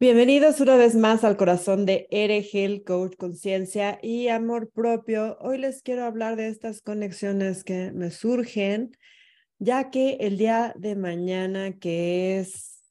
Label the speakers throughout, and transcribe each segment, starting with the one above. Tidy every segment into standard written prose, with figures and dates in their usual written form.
Speaker 1: Bienvenidos una vez más al corazón de Eregel, Coach Conciencia y Amor Propio. Hoy les quiero hablar de estas conexiones que me surgen, ya que el día de mañana, que es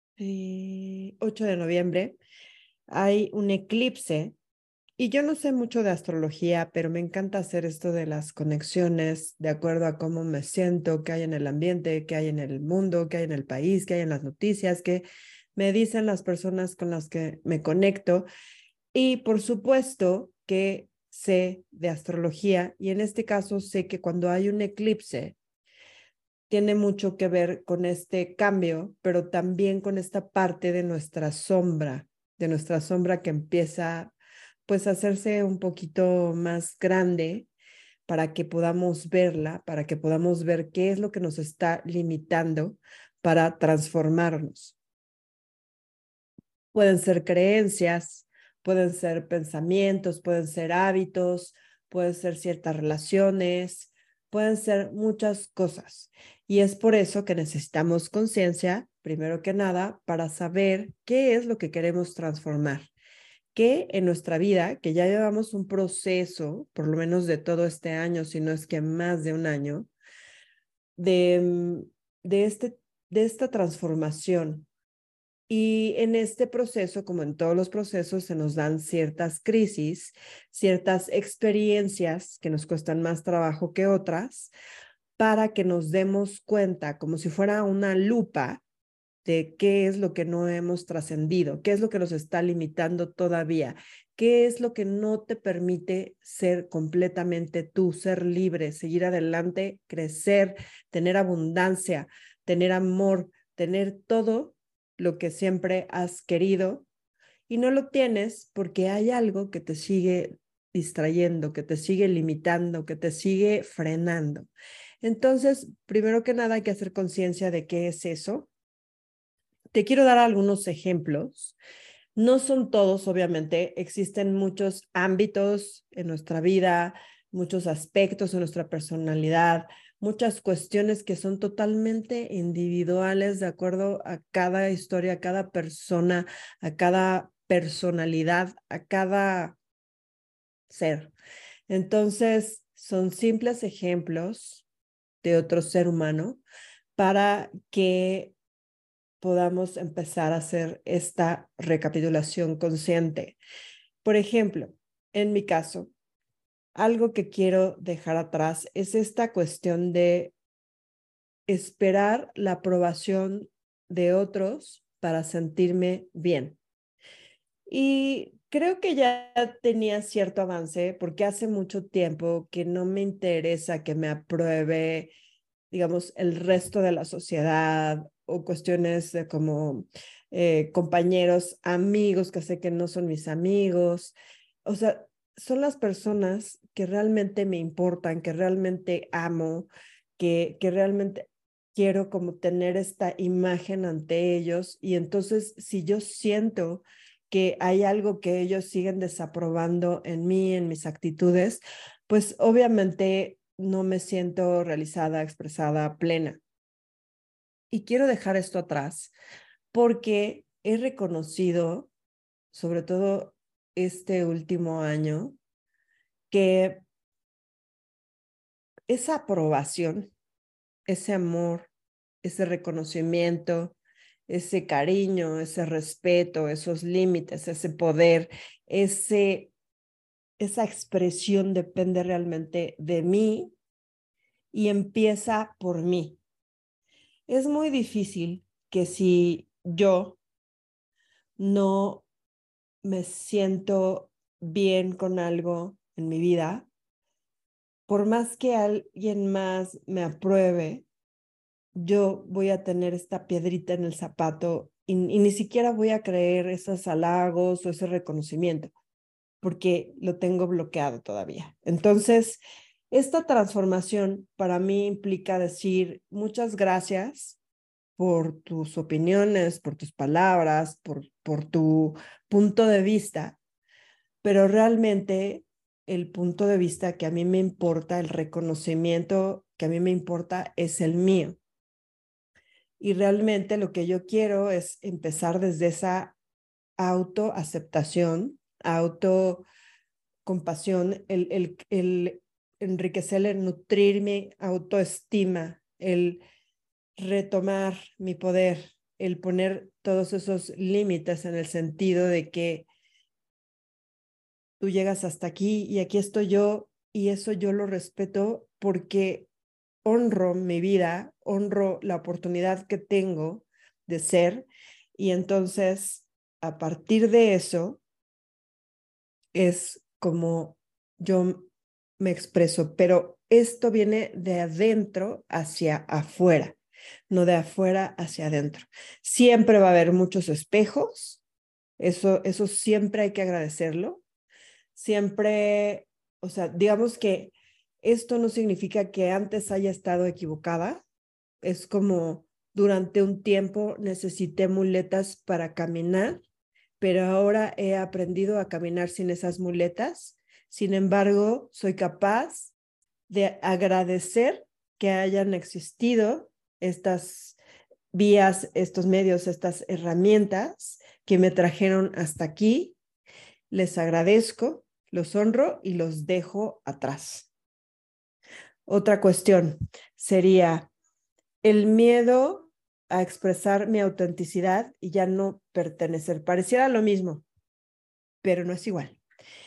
Speaker 1: 8 de noviembre, hay un eclipse. Y yo no sé mucho de astrología, pero me encanta hacer esto de las conexiones de acuerdo a cómo me siento, qué hay en el ambiente, qué hay en el mundo, qué hay en el país, qué hay en las noticias, qué me dicen las personas con las que me conecto. Y por supuesto que sé de astrología y en este caso sé que cuando hay un eclipse tiene mucho que ver con este cambio, pero también con esta parte de nuestra sombra que empieza pues a hacerse un poquito más grande para que podamos verla, para que podamos ver qué es lo que nos está limitando para transformarnos. Pueden ser creencias, pueden ser pensamientos, pueden ser hábitos, pueden ser ciertas relaciones, pueden ser muchas cosas. Y es por eso que necesitamos conciencia, primero que nada, para saber qué es lo que queremos transformar. Que en nuestra vida, que ya llevamos un proceso, por lo menos de todo este año, si no es que más de un año, de, de, este, de esta transformación. Y en este proceso, como en todos los procesos, se nos dan ciertas crisis, ciertas experiencias que nos cuestan más trabajo que otras, para que nos demos cuenta, como si fuera una lupa, de qué es lo que no hemos trascendido, qué es lo que nos está limitando todavía, qué es lo que no te permite ser completamente tú, ser libre, seguir adelante, crecer, tener abundancia, tener amor, tener todo lo que siempre has querido y no lo tienes porque hay algo que te sigue distrayendo, que te sigue limitando, que te sigue frenando. Entonces, primero que nada hay que hacer conciencia de qué es eso. Te quiero dar algunos ejemplos. No son todos, obviamente, existen muchos ámbitos en nuestra vida, muchos aspectos en nuestra personalidad, muchas cuestiones que son totalmente individuales de acuerdo a cada historia, a cada persona, a cada personalidad, a cada ser. Entonces, son simples ejemplos de otro ser humano para que podamos empezar a hacer esta recapitulación consciente. Por ejemplo, en mi caso, algo que quiero dejar atrás es esta cuestión de esperar la aprobación de otros para sentirme bien. Y creo que ya tenía cierto avance porque hace mucho tiempo que no me interesa que me apruebe, digamos, el resto de la sociedad o cuestiones de como compañeros, amigos que sé que no son mis amigos. O sea, son las personas que realmente me importan, que realmente amo, que realmente quiero como tener esta imagen ante ellos. Y entonces, si yo siento que hay algo que ellos siguen desaprobando en mí, en mis actitudes, pues obviamente no me siento realizada, expresada, plena. Y quiero dejar esto atrás porque he reconocido, sobre todo este último año, que esa aprobación, ese amor, ese reconocimiento, ese cariño, ese respeto, esos límites, ese poder, esa expresión depende realmente de mí y empieza por mí. Es muy difícil que si yo no me siento bien con algo en mi vida, por más que alguien más me apruebe, yo voy a tener esta piedrita en el zapato y ni siquiera voy a creer esos halagos o ese reconocimiento, porque lo tengo bloqueado todavía. Entonces, esta transformación para mí implica decir muchas gracias por tus opiniones, por tus palabras, por tu punto de vista, pero realmente el punto de vista que a mí me importa, el reconocimiento que a mí me importa es el mío. Y realmente lo que yo quiero es empezar desde esa autoaceptación, autocompasión, el enriquecer, el nutrir mi autoestima, el retomar mi poder, el poner todos esos límites en el sentido de que tú llegas hasta aquí y aquí estoy yo y eso yo lo respeto porque honro mi vida, honro la oportunidad que tengo de ser y entonces a partir de eso es como yo me expreso, pero esto viene de adentro hacia afuera, no de afuera hacia adentro. Siempre va a haber muchos espejos, eso siempre hay que agradecerlo. Siempre, o sea, digamos que esto no significa que antes haya estado equivocada, es como durante un tiempo necesité muletas para caminar, pero ahora he aprendido a caminar sin esas muletas. Sin embargo, soy capaz de agradecer que hayan existido estas vías, estos medios, estas herramientas que me trajeron hasta aquí. Les agradezco, los honro y los dejo atrás. Otra cuestión sería el miedo a expresar mi autenticidad y ya no pertenecer. Pareciera lo mismo, pero no es igual.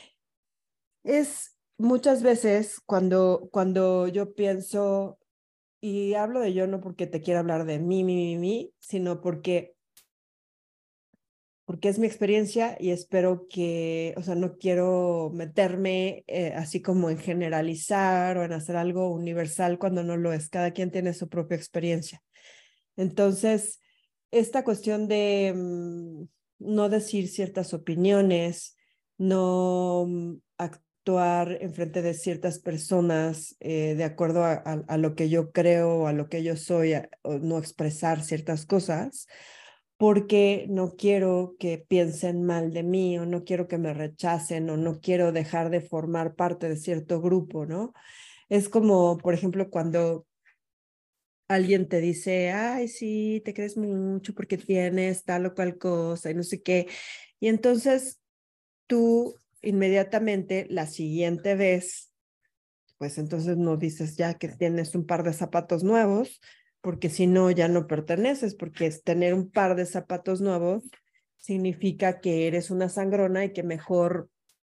Speaker 1: Es muchas veces cuando yo pienso, y hablo de yo no porque te quiera hablar de mí, sino porque es mi experiencia y espero que, o sea, no quiero meterme así como en generalizar o en hacer algo universal cuando no lo es. Cada quien tiene su propia experiencia. Entonces, esta cuestión de no decir ciertas opiniones, no actuar en frente de ciertas personas de acuerdo a lo que yo creo, a lo que yo soy, o no expresar ciertas cosas, porque no quiero que piensen mal de mí o no quiero que me rechacen o no quiero dejar de formar parte de cierto grupo, ¿no? Es como, por ejemplo, cuando alguien te dice, ay, sí, te crees mucho porque tienes tal o cual cosa y no sé qué. Y entonces tú inmediatamente la siguiente vez, pues entonces no dices ya que tienes un par de zapatos nuevos, porque si no, ya no perteneces, porque es tener un par de zapatos nuevos significa que eres una sangrona y que mejor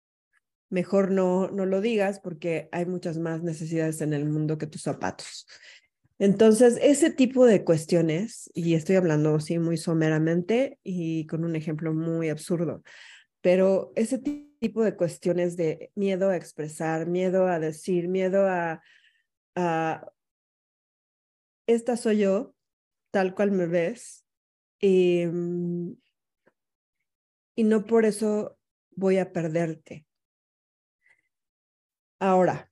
Speaker 1: no lo digas porque hay muchas más necesidades en el mundo que tus zapatos. Entonces, ese tipo de cuestiones, y estoy hablando así muy someramente y con un ejemplo muy absurdo, pero ese tipo de cuestiones de miedo a expresar, miedo a decir, miedo a esta soy yo, tal cual me ves, y, y no por eso voy a perderte. Ahora,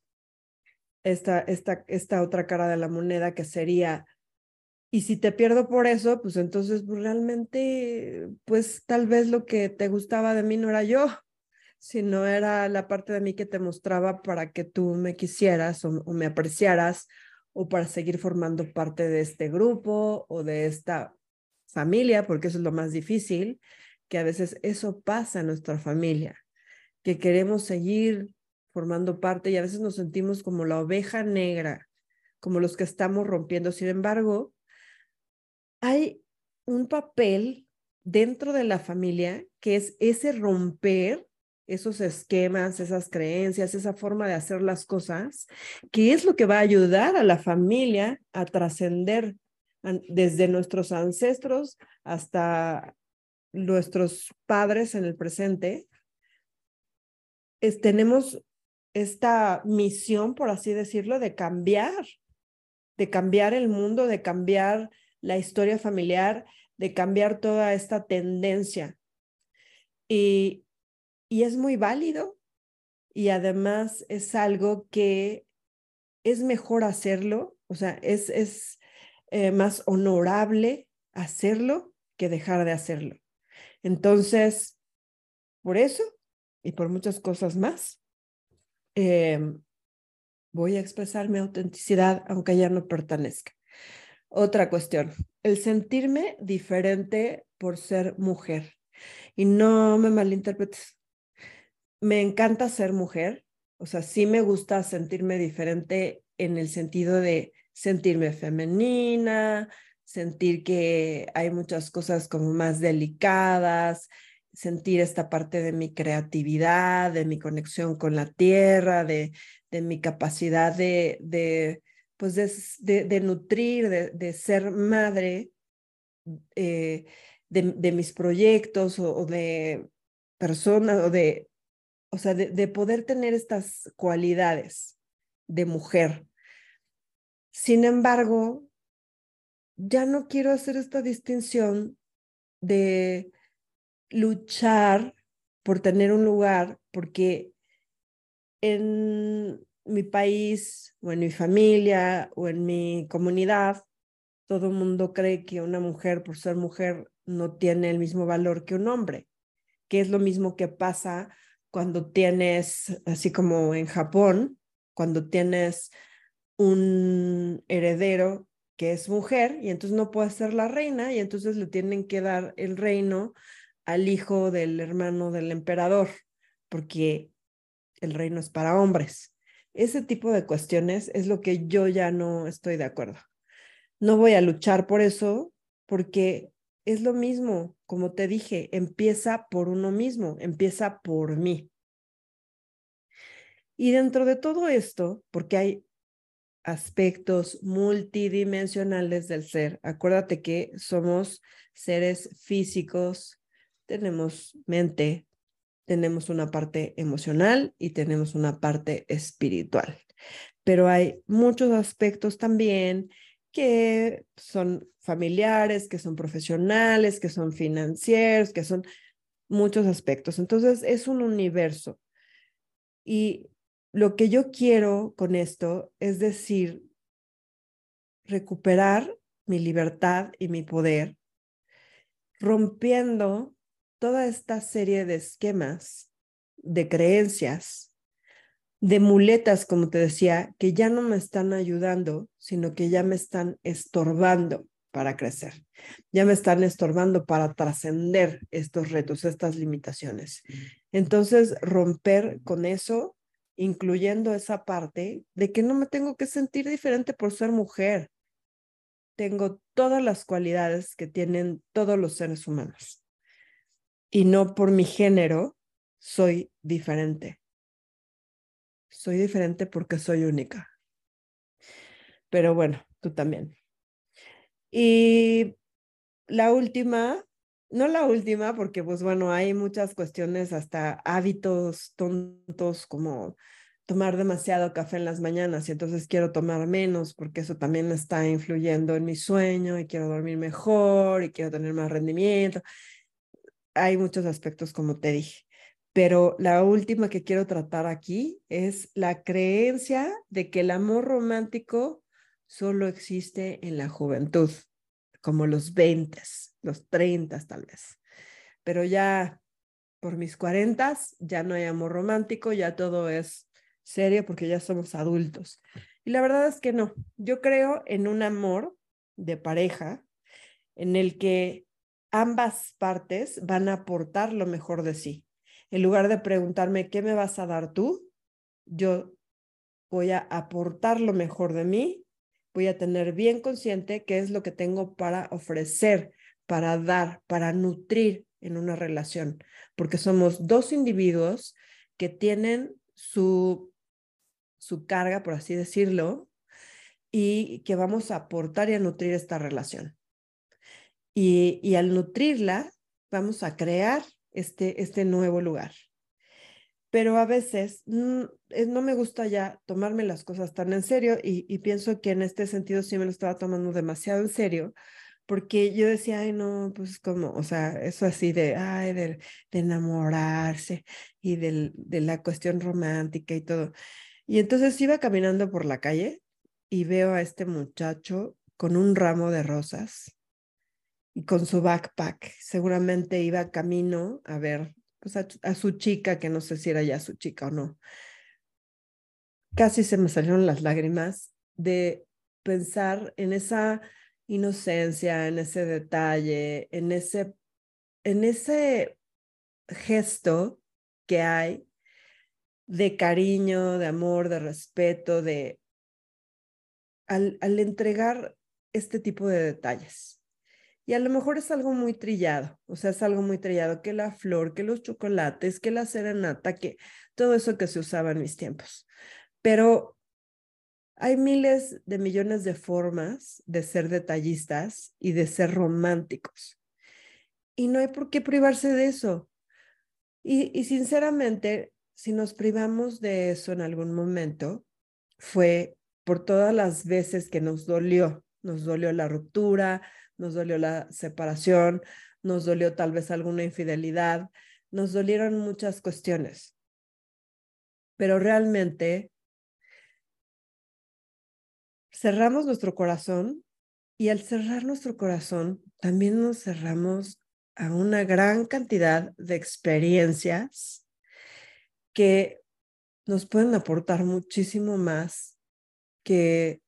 Speaker 1: esta otra cara de la moneda que sería, y si te pierdo por eso, pues entonces pues, realmente, pues tal vez lo que te gustaba de mí no era yo, sino era la parte de mí que te mostraba para que tú me quisieras o me apreciaras o para seguir formando parte de este grupo o de esta familia, porque eso es lo más difícil, que a veces eso pasa en nuestra familia, que queremos seguir formando parte y a veces nos sentimos como la oveja negra, como los que estamos rompiendo. Sin embargo, hay un papel dentro de la familia que es ese romper esos esquemas, esas creencias, esa forma de hacer las cosas, que es lo que va a ayudar a la familia a trascender desde nuestros ancestros hasta nuestros padres en el presente. Tenemos esta misión, por así decirlo, de cambiar el mundo, de cambiar la historia familiar, de cambiar toda esta tendencia. Y, y es muy válido y además es algo que es mejor hacerlo, o sea, es más honorable hacerlo que dejar de hacerlo. Entonces, por eso y por muchas cosas más, eh, voy a expresar mi autenticidad aunque ya no pertenezca. Otra cuestión, el sentirme diferente por ser mujer. Y no me malinterpretes. Me encanta ser mujer, o sea, sí me gusta sentirme diferente en el sentido de sentirme femenina, sentir que hay muchas cosas como más delicadas, sentir esta parte de mi creatividad, de mi conexión con la tierra, de mi capacidad pues de nutrir, de ser madre eh, de mis proyectos o de personas o sea, de poder tener estas cualidades de mujer. Sin embargo, ya no quiero hacer esta distinción de luchar por tener un lugar, porque en mi país o en mi familia o en mi comunidad, todo el mundo cree que una mujer, por ser mujer, no tiene el mismo valor que un hombre, que es lo mismo que pasa cuando tienes, así como en Japón, cuando tienes un heredero que es mujer y entonces no puede ser la reina y entonces le tienen que dar el reino al hijo del hermano del emperador, porque el reino es para hombres. Ese tipo de cuestiones es lo que yo ya no estoy de acuerdo. No voy a luchar por eso porque es lo mismo, como te dije, empieza por uno mismo, empieza por mí. Y dentro de todo esto, porque hay aspectos multidimensionales del ser, acuérdate que somos seres físicos, tenemos mente, tenemos una parte emocional y tenemos una parte espiritual. Pero hay muchos aspectos también que son familiares, que son profesionales, que son financieros, que son muchos aspectos. Entonces es un universo. Y lo que yo quiero con esto es decir, recuperar mi libertad y mi poder, rompiendo toda esta serie de esquemas, de creencias, de muletas, como te decía, que ya no me están ayudando, sino que ya me están estorbando para crecer. Ya me están estorbando para trascender estos retos, estas limitaciones. Entonces, romper con eso, incluyendo esa parte de que no me tengo que sentir diferente por ser mujer. Tengo todas las cualidades que tienen todos los seres humanos. Y no por mi género soy diferente. Soy diferente porque soy única. Pero bueno, tú también. Y la última, no la última, porque pues bueno, hay muchas cuestiones, hasta hábitos tontos como tomar demasiado café en las mañanas y entonces quiero tomar menos porque eso también está influyendo en mi sueño y quiero dormir mejor y quiero tener más rendimiento. Hay muchos aspectos como te dije, pero la última que quiero tratar aquí es la creencia de que el amor romántico solo existe en la juventud, como los 20, los 30 tal vez. Pero ya por mis 40 ya no hay amor romántico, ya todo es serio porque ya somos adultos. Y la verdad es que no, yo creo en un amor de pareja en el que ambas partes van a aportar lo mejor de sí. En lugar de preguntarme, ¿qué me vas a dar tú? Yo voy a aportar lo mejor de mí, voy a tener bien consciente qué es lo que tengo para ofrecer, para dar, para nutrir en una relación, porque somos dos individuos que tienen su carga, por así decirlo, y que vamos a aportar y a nutrir esta relación. Y al nutrirla, vamos a crear este nuevo lugar. Pero a veces no me gusta ya tomarme las cosas tan en serio y pienso que en este sentido sí me lo estaba tomando demasiado en serio, porque yo decía, ay, no, pues como, o sea, eso así ay, de enamorarse y de la cuestión romántica y todo. Y entonces iba caminando por la calle y veo a este muchacho con un ramo de rosas y con su backpack. Seguramente iba camino a ver pues, a su chica, que no sé si era ya su chica o no. Casi se me salieron las lágrimas de pensar en esa inocencia, en ese detalle, en ese gesto que hay de cariño, de amor, de respeto, al entregar este tipo de detalles. Y a lo mejor es algo muy trillado, o sea, es algo muy trillado, que la flor, que los chocolates, que la serenata, que todo eso que se usaba en mis tiempos. Pero hay miles de millones de formas de ser detallistas y de ser románticos. Y no hay por qué privarse de eso. Y sinceramente, si nos privamos de eso en algún momento, fue por todas las veces que nos dolió. Nos dolió la ruptura, nos dolió la separación, nos dolió tal vez alguna infidelidad, nos dolieron muchas cuestiones. Pero realmente cerramos nuestro corazón y al cerrar nuestro corazón también nos cerramos a una gran cantidad de experiencias que nos pueden aportar muchísimo más que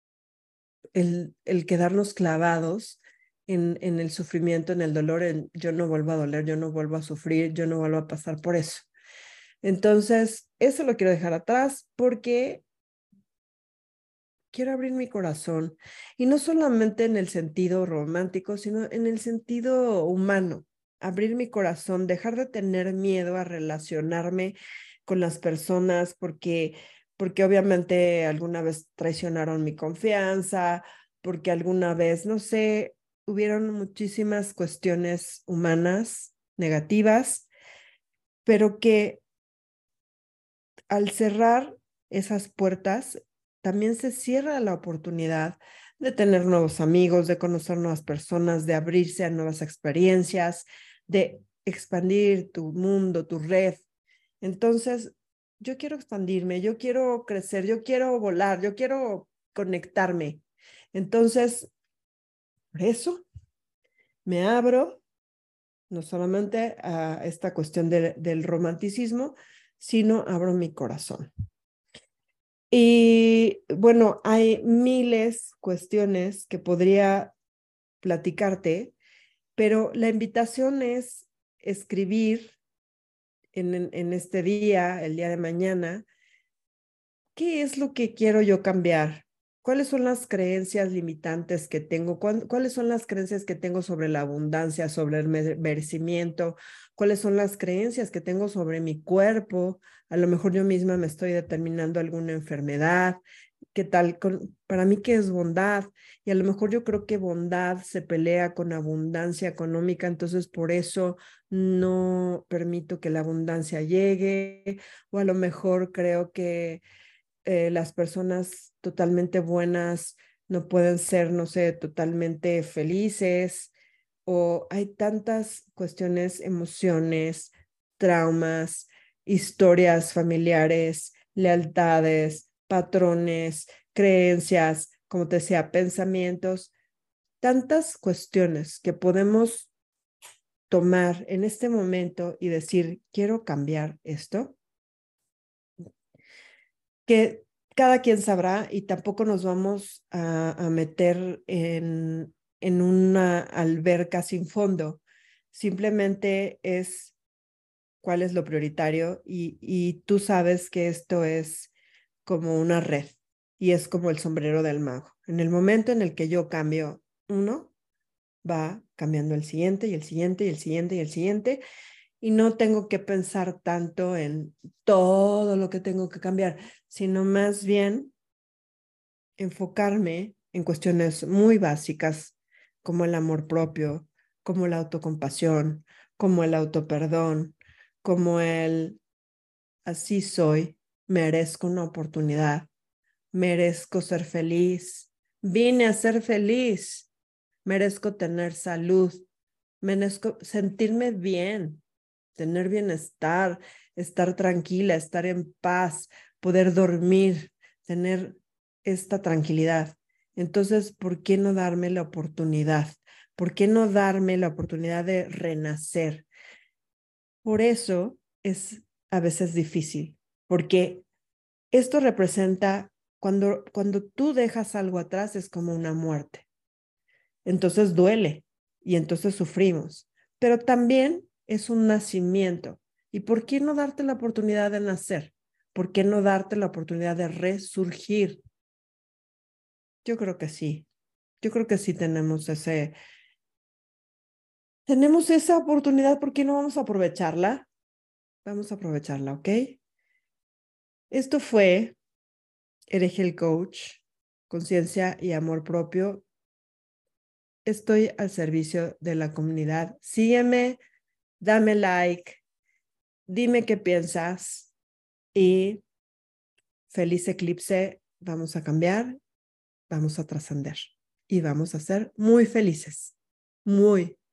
Speaker 1: el quedarnos clavados en el sufrimiento, en el dolor, en yo no vuelvo a doler, yo no vuelvo a sufrir, yo no vuelvo a pasar por eso. Entonces, eso lo quiero dejar atrás porque quiero abrir mi corazón y no solamente en el sentido romántico, sino en el sentido humano. Abrir mi corazón, dejar de tener miedo a relacionarme con las personas porque obviamente alguna vez traicionaron mi confianza, porque alguna vez, no sé, hubieron muchísimas cuestiones humanas negativas, pero que al cerrar esas puertas, también se cierra la oportunidad de tener nuevos amigos, de conocer nuevas personas, de abrirse a nuevas experiencias, de expandir tu mundo, tu red. Entonces, yo quiero expandirme, yo quiero crecer, yo quiero volar, yo quiero conectarme. Entonces, por eso me abro no solamente a esta cuestión del romanticismo, sino abro mi corazón. Y bueno, hay miles cuestiones que podría platicarte, pero la invitación es escribir en este día, el día de mañana, ¿qué es lo que quiero yo cambiar? ¿Cuáles son las creencias limitantes que tengo? ¿Cuáles son las creencias que tengo sobre la abundancia, sobre el merecimiento? ¿Cuáles son las creencias que tengo sobre mi cuerpo? A lo mejor yo misma me estoy determinando alguna enfermedad. ¿Qué tal? Para mí, ¿qué es bondad? Y a lo mejor yo creo que bondad se pelea con abundancia económica, entonces por eso no permito que la abundancia llegue. O a lo mejor creo que las personas totalmente buenas no pueden ser, no sé, totalmente felices, o hay tantas cuestiones, emociones, traumas, historias familiares, lealtades, patrones, creencias, como te decía, pensamientos, tantas cuestiones que podemos tomar en este momento y decir, quiero cambiar esto, que cada quien sabrá y tampoco nos vamos a meter en una alberca sin fondo. Simplemente es cuál es lo prioritario y tú sabes que esto es como una red y es como el sombrero del mago. En el momento en el que yo cambio uno, va cambiando el siguiente y el siguiente y el siguiente y el siguiente y no tengo que pensar tanto en todo lo que tengo que cambiar, sino más bien enfocarme en cuestiones muy básicas como el amor propio, como la autocompasión, como el autoperdón, como el así soy, merezco una oportunidad, merezco ser feliz, vine a ser feliz, merezco tener salud, merezco sentirme bien, tener bienestar, estar tranquila, estar en paz, poder dormir, tener esta tranquilidad. Entonces, ¿por qué no darme la oportunidad? ¿Por qué no darme la oportunidad de renacer? Por eso es a veces difícil, porque esto representa cuando tú dejas algo atrás es como una muerte. Entonces duele y entonces sufrimos. pero también es un nacimiento. ¿Y por qué no darte la oportunidad de nacer? ¿Por qué no darte la oportunidad de resurgir? Yo creo que sí. Yo creo que sí tenemos esa oportunidad. ¿Por qué no vamos a aprovecharla? Vamos a aprovecharla, ¿ok? Esto fue Hereje el Coach, conciencia y amor propio. Estoy al servicio de la comunidad. Sígueme, dame like, dime qué piensas y feliz eclipse. Vamos a cambiar, vamos a trascender y vamos a ser muy felices. Muy